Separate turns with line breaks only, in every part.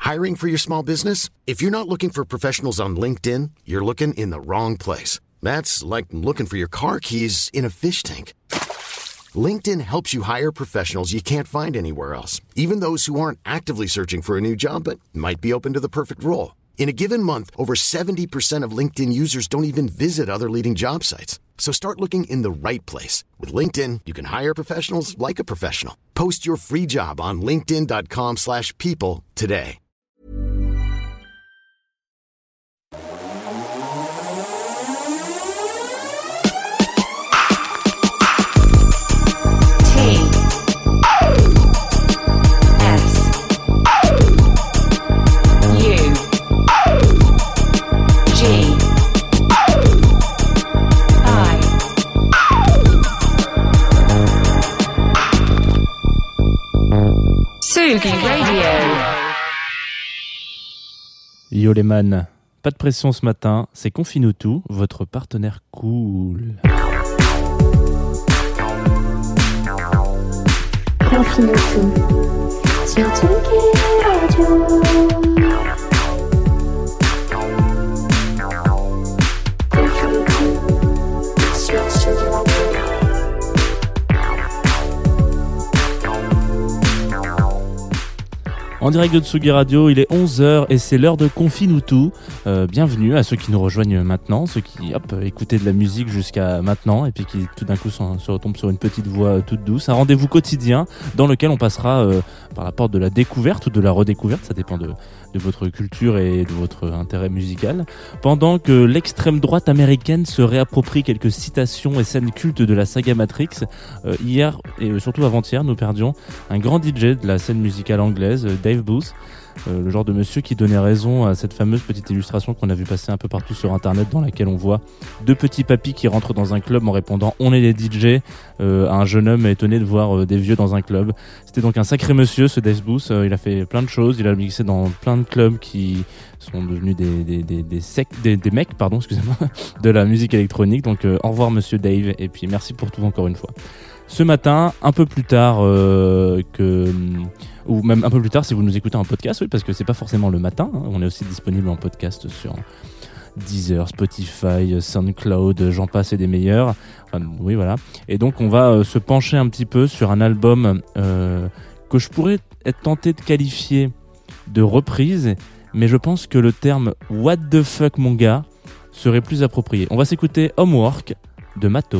Hiring for your small business? If you're not looking for professionals on LinkedIn, you're looking in the wrong place. That's like looking for your car keys in a fish tank. LinkedIn helps you hire professionals you can't find anywhere else, even those who aren't actively searching for a new job but might be open to the perfect role. In a given month, over 70% of LinkedIn users don't even visit other leading job sites. So start looking in the right place. With LinkedIn, you can hire professionals like a professional. Post your free job on linkedin.com/people today.
Tsugi Radio.
Yo les man, pas de pression ce matin, c'est Confine-nous tout, votre partenaire cool.
Confine-nous tout sur Tsugi Radio.
En direct de Tsugi Radio, il est 11h et c'est l'heure de Confine-nous tout. Bienvenue à ceux qui nous rejoignent maintenant, ceux qui écoutaient de la musique jusqu'à maintenant et puis qui tout d'un coup se retombent sur une petite voix toute douce. Un rendez-vous quotidien dans lequel on passera par la porte de la découverte ou de la redécouverte, ça dépend de votre culture et de votre intérêt musical, pendant que l'extrême droite américaine se réapproprie quelques citations et scènes cultes de la saga Matrix. Hier et surtout avant-hier, nous perdions un grand DJ de la scène musicale anglaise, Dave Booth, le genre de monsieur qui donnait raison à cette fameuse petite illustration qu'on a vu passer un peu partout sur internet, dans laquelle on voit deux petits papis qui rentrent dans un club en répondant « On est les DJ » à un jeune homme étonné de voir des vieux dans un club. C'était donc un sacré monsieur, ce Dave Booth. Il a fait plein de choses, il a mixé dans plein de clubs qui sont devenus des mecs, excusez-moi, de la musique électronique. Donc au revoir monsieur Dave, et puis merci pour tout encore une fois. Ce matin, un peu plus tard ou même un peu plus tard si vous nous écoutez en podcast, oui, parce que c'est pas forcément le matin, hein. On est aussi disponible en podcast sur Deezer, Spotify, SoundCloud, j'en passe et des meilleurs. Enfin, oui, voilà. Et donc on va se pencher un petit peu sur un album que je pourrais être tenté de qualifier de reprise, mais je pense que le terme What the fuck mon gars serait plus approprié. On va s'écouter Homework de Mato.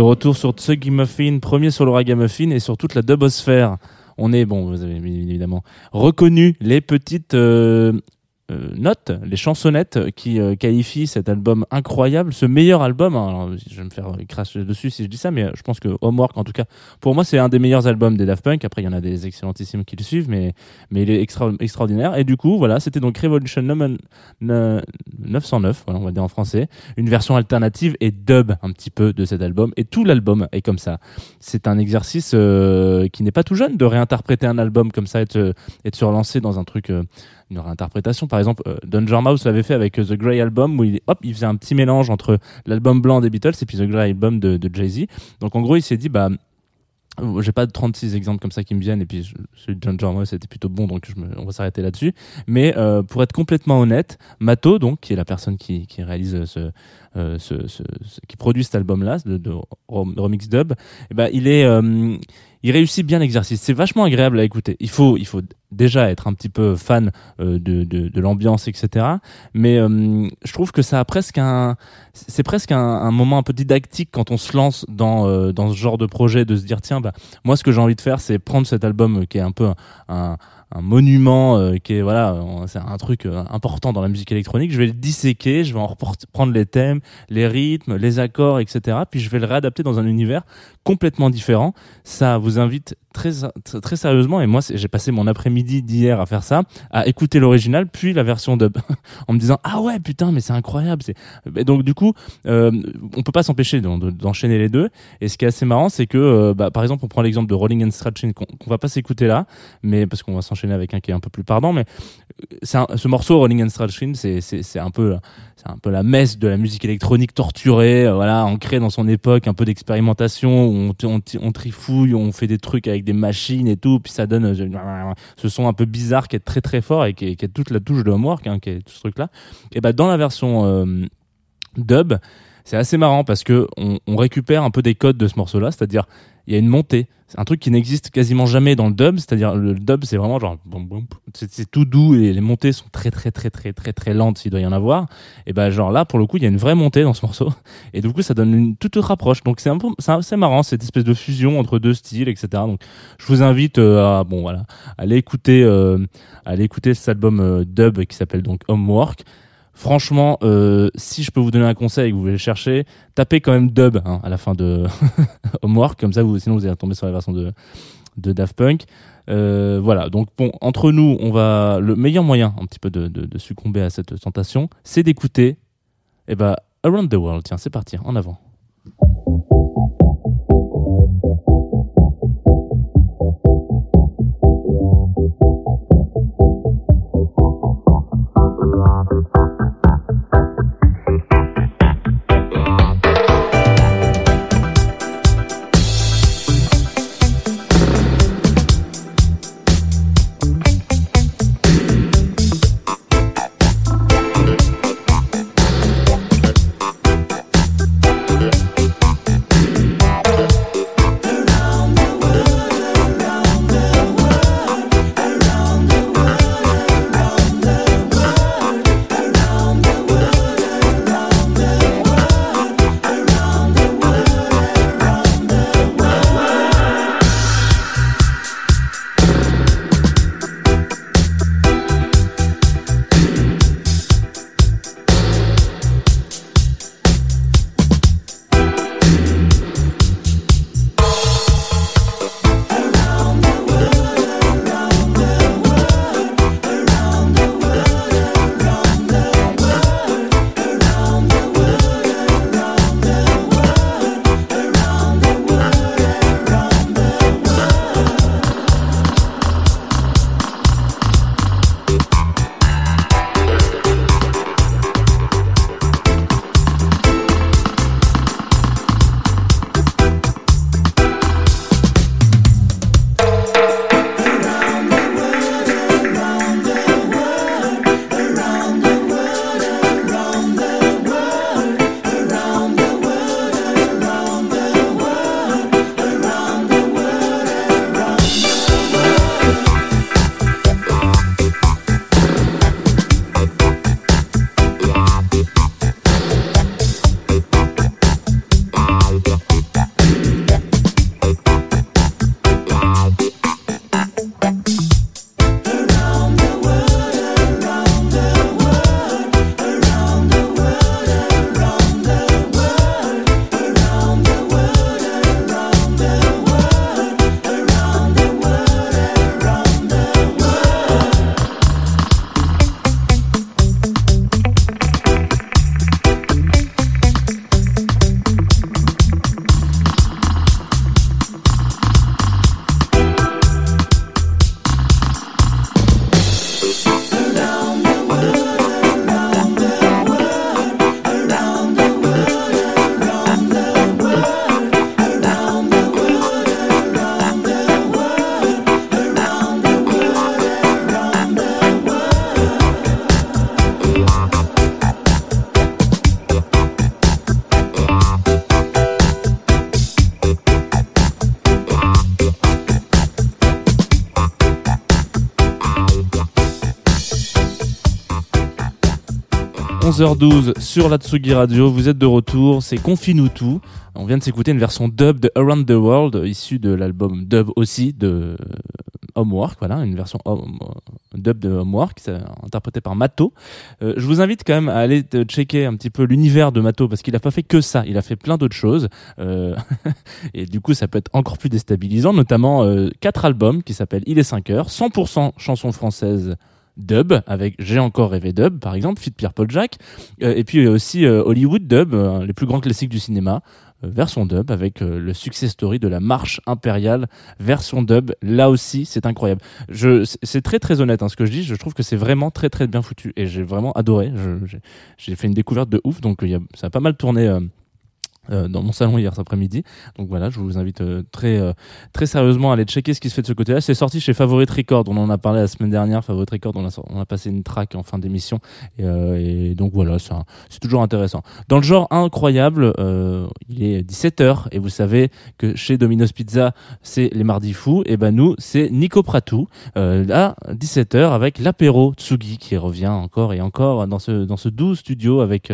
De retour sur Tsugimuffin, premier sur le Ragamuffin et sur toute la dubosphère. On est, bon, vous avez évidemment reconnu les petites notes, les chansonnettes qui qualifient cet album incroyable, ce meilleur album. Alors, je vais me faire cracher dessus si je dis ça, mais je pense que Homework, en tout cas, pour moi, c'est un des meilleurs albums des Daft Punk. Après, il y en a des excellentissimes qui le suivent, mais il est extraordinaire. Et du coup, voilà, c'était donc Revolution 909, voilà, on va dire en français, une version alternative et dub un petit peu de cet album. Et tout l'album est comme ça. C'est un exercice qui n'est pas tout jeune de réinterpréter un album comme ça et de se relancer dans un truc. Une réinterprétation, par exemple, Danger Mouse l'avait fait avec The Grey Album où il faisait un petit mélange entre l'album blanc des Beatles et puis The Grey Album de Jay-Z. Donc en gros, il s'est dit, j'ai pas 36 exemples comme ça qui me viennent, et puis celui de Danger Mouse c'était plutôt bon, donc on va s'arrêter là-dessus. Mais pour être complètement honnête, Mato, donc qui est la personne qui réalise qui produit cet album-là de remix dub, il réussit bien l'exercice. C'est vachement agréable à écouter. Il faut déjà être un petit peu fan de l'ambiance, etc. Mais je trouve que ça a c'est presque un moment un peu didactique quand on se lance dans ce genre de projet, de se dire tiens, moi ce que j'ai envie de faire, c'est prendre cet album qui est un peu un monument, qui est c'est un truc important dans la musique électronique. Je vais le disséquer, je vais prendre les thèmes, les rythmes, les accords, etc. Puis je vais le réadapter dans un univers complètement différent. Ça vous invite très très sérieusement, et moi j'ai passé mon après-midi d'hier à faire ça, à écouter l'original puis la version dub en me disant ah ouais putain mais c'est incroyable. Et donc du coup on peut pas s'empêcher d'enchaîner les deux. Et ce qui est assez marrant, c'est que par exemple on prend l'exemple de Rolling and Stretching qu'on va pas s'écouter là, mais parce qu'on va s'enchaîner avec un qui est un peu plus pardon, mais ce morceau Rolling and Stretching c'est un peu la messe de la musique électronique torturée, ancrée dans son époque, un peu d'expérimentation où on trifouille, on fait des trucs avec des machines et tout, puis ça donne ce son un peu bizarre qui est très très fort et qui est toute la touche de Homework, qui est tout ce truc là. Et dans la version dub, c'est assez marrant parce que on récupère un peu des codes de ce morceau là, c'est-à-dire il y a une montée, c'est un truc qui n'existe quasiment jamais dans le dub, c'est-à-dire le dub c'est vraiment genre c'est tout doux et les montées sont très très très très très très lentes s'il doit y en avoir. Et genre là pour le coup il y a une vraie montée dans ce morceau et du coup ça donne une toute autre approche. Donc c'est assez marrant cette espèce de fusion entre deux styles, etc. Donc je vous invite à aller écouter cet album dub qui s'appelle donc Homework. Franchement, si je peux vous donner un conseil et que vous voulez le chercher, tapez quand même dub à la fin de Homework, comme ça sinon vous allez tomber sur la version de Daft Punk. Donc bon, entre nous, le meilleur moyen un petit peu de succomber à cette tentation, c'est d'écouter Around the World. Tiens, c'est parti, en avant. 11h12 sur la Tsugi Radio, vous êtes de retour, c'est Confine-nous tout. On vient de s'écouter une version dub de Around the World, issue de l'album dub aussi de Homework, voilà, une version dub de Homework, interprétée par Mato. Je vous invite quand même à aller checker un petit peu l'univers de Mato, parce qu'il a pas fait que ça, il a fait plein d'autres choses, et du coup ça peut être encore plus déstabilisant, notamment 4 albums qui s'appellent Il est 5 heures, 100% chansons françaises dub, avec J'ai encore rêvé dub par exemple, feat Pierre-Paul Jacques, et puis aussi Hollywood dub, les plus grands classiques du cinéma, version dub, avec le success story de la marche impériale version dub. Là aussi c'est incroyable, c'est très très honnête ce que je dis, je trouve que c'est vraiment très très bien foutu et j'ai vraiment adoré. J'ai fait une découverte de ouf, donc ça a pas mal tourné dans mon salon hier cet après-midi, donc voilà, je vous invite très sérieusement à aller checker ce qui se fait de ce côté-là. C'est sorti chez Favorite Record, on en a parlé la semaine dernière. Favorite Record, on a passé une track en fin d'émission, et donc voilà, c'est toujours intéressant. Dans le genre incroyable, il est 17h et vous savez que chez Domino's Pizza c'est les mardis fous, et ben nous c'est Nico Pratou à 17h avec l'apéro Tsugi qui revient encore et encore dans ce doux studio avec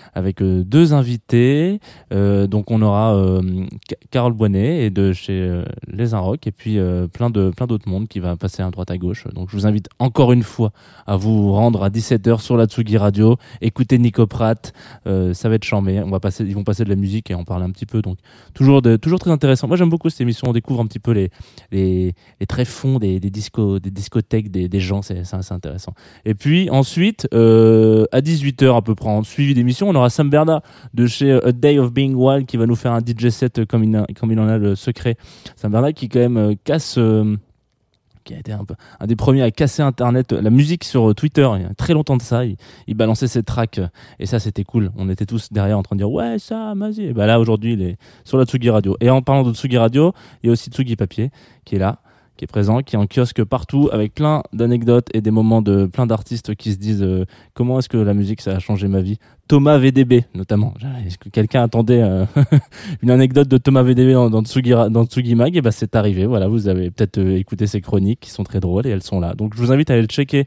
deux invités. Donc on aura Carole Boinet et de chez Les Inrocks, et puis plein d'autres mondes qui va passer à droite à gauche. Donc je vous invite encore une fois à vous rendre à 17h sur la Tsugi Radio, écouter Nico Pratt, ça va être charmé. Ils vont passer de la musique et en parler un petit peu, donc toujours très intéressant. Moi j'aime beaucoup cette émission, on découvre un petit peu les tréfonds des discothèques des gens, c'est intéressant. Et puis ensuite à 18h à peu près, en suivi d'émission, on aura Sam Berda de chez A Day of Being Wild qui va nous faire un DJ set comme il en a le secret. Sam Berda qui quand même qui a été un des premiers à casser internet, la musique sur Twitter il y a très longtemps de ça. Il balançait ses tracks et ça c'était cool, on était tous derrière en train de dire ouais ça vas-y, et bah là aujourd'hui il est sur la Tsugi Radio. Et en parlant de Tsugi Radio, il y a aussi Tsugi Papier qui est là, qui est présent, qui est en kiosque partout, avec plein d'anecdotes et des moments de plein d'artistes qui se disent comment est-ce que la musique ça a changé ma vie. Thomas VDB notamment. Est-ce que quelqu'un attendait une anecdote de Thomas VDB dans Tsugi Mag? Et bah c'est arrivé. Voilà, vous avez peut-être écouté ses chroniques qui sont très drôles et elles sont là. Donc je vous invite à aller le checker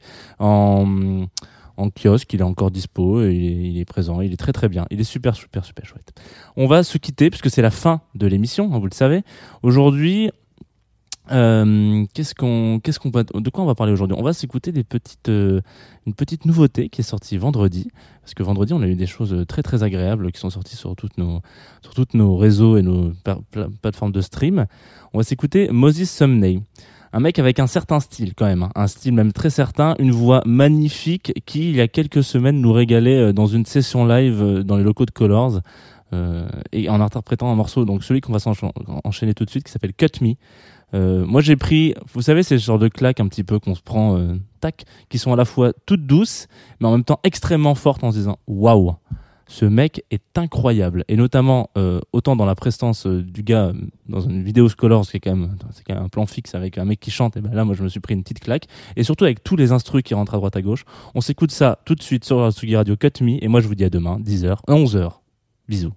en kiosque, il est encore dispo, il est présent, il est très très bien, il est super chouette. On va se quitter puisque c'est la fin de l'émission, vous le savez. Aujourd'hui, de quoi on va parler aujourd'hui? On va s'écouter une petite nouveauté qui est sortie vendredi, parce que vendredi on a eu des choses très très agréables qui sont sorties sur toutes nos réseaux et nos plateformes de stream. On va s'écouter Moses Sumney, un mec avec un certain style quand même, un style même très certain, une voix magnifique qui il y a quelques semaines nous régalait dans une session live dans les locaux de Colors, et en interprétant un morceau, donc celui qu'on va enchaîner tout de suite, qui s'appelle Cut Me. Moi j'ai pris, vous savez, ces genres de claques un petit peu qu'on se prend qui sont à la fois toutes douces mais en même temps extrêmement fortes, en se disant waouh, ce mec est incroyable. Et notamment autant dans la prestance du gars dans une vidéo Scholars, c'est quand même un plan fixe avec un mec qui chante, et ben là moi je me suis pris une petite claque, et surtout avec tous les instrus qui rentrent à droite à gauche. On s'écoute ça tout de suite sur la Tsugi Radio, Cut Me, et moi je vous dis à demain 11h. Bisous.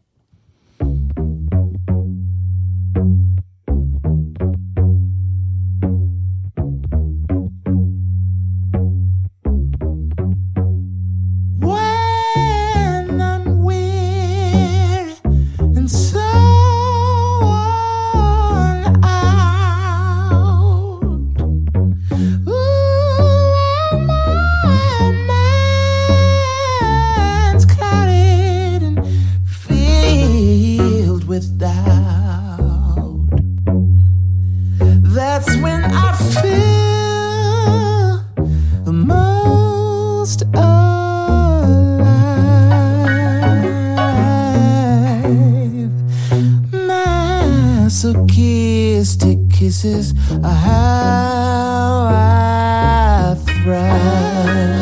That's when I feel the most alive. Masochistic kisses are how I thrive.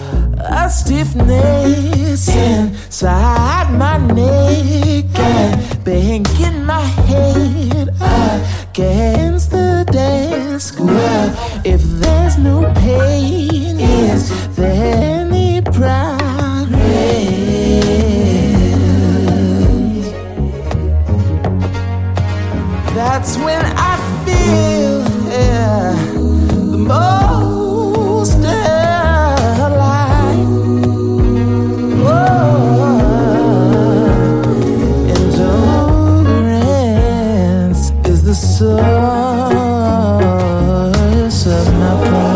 Stiffness inside my neck and against the desk. Well, if there's no pain, is there any progress? That's when I feel the most alive. Endurance is the source of my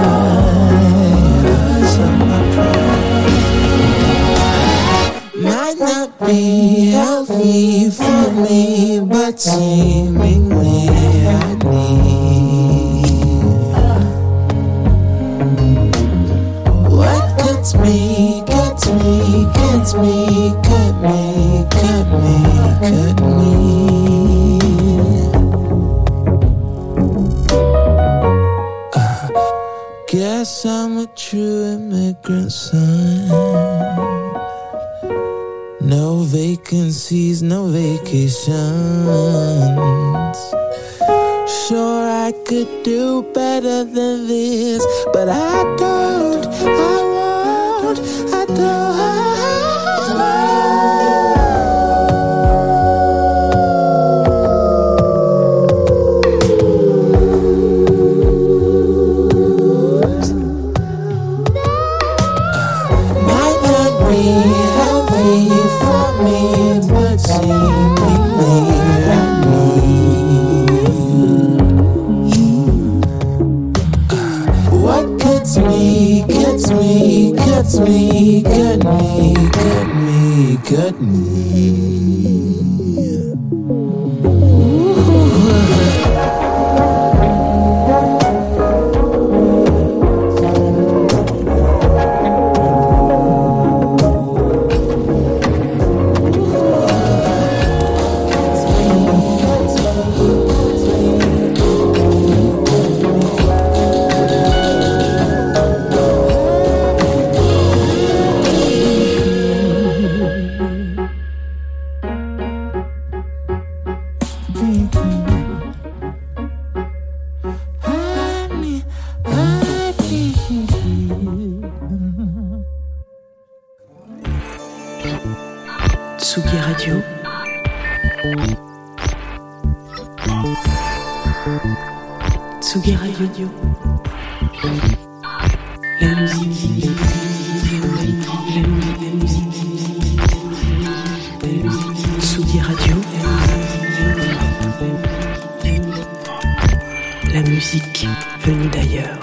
pride. Might not be healthy for me, but seemingly I need. What cuts me, cuts me, cuts me, cut me, cut me, cut me. Guess I'm a true immigrant son. No vacancies, no vacations. Sure, I could do better than this, but I don't, I won't, I don't. Might not be healthy for me, but seemingly I need. What cuts me, cuts me, cuts me, cut me, cut me, cut me.
Tsugi Radio. Tsugi Radio. La musique. Tsugi Radio. La musique venue d'ailleurs.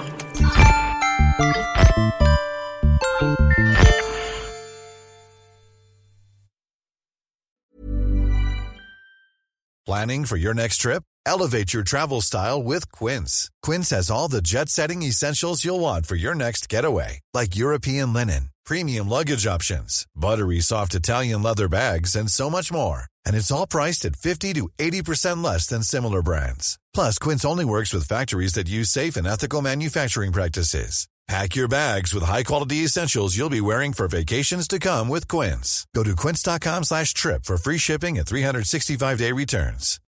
Planning for your next trip? Elevate your travel style with Quince. Quince has all the jet-setting essentials you'll want for your next getaway, like European linen, premium luggage options, buttery soft Italian leather bags, and so much more. And it's all priced at 50 to 80% less than similar brands. Plus, Quince only works with factories that use safe and ethical manufacturing practices. Pack your bags with high-quality essentials you'll be wearing for vacations to come with Quince. Go to quince.com/trip for free shipping and 365-day returns.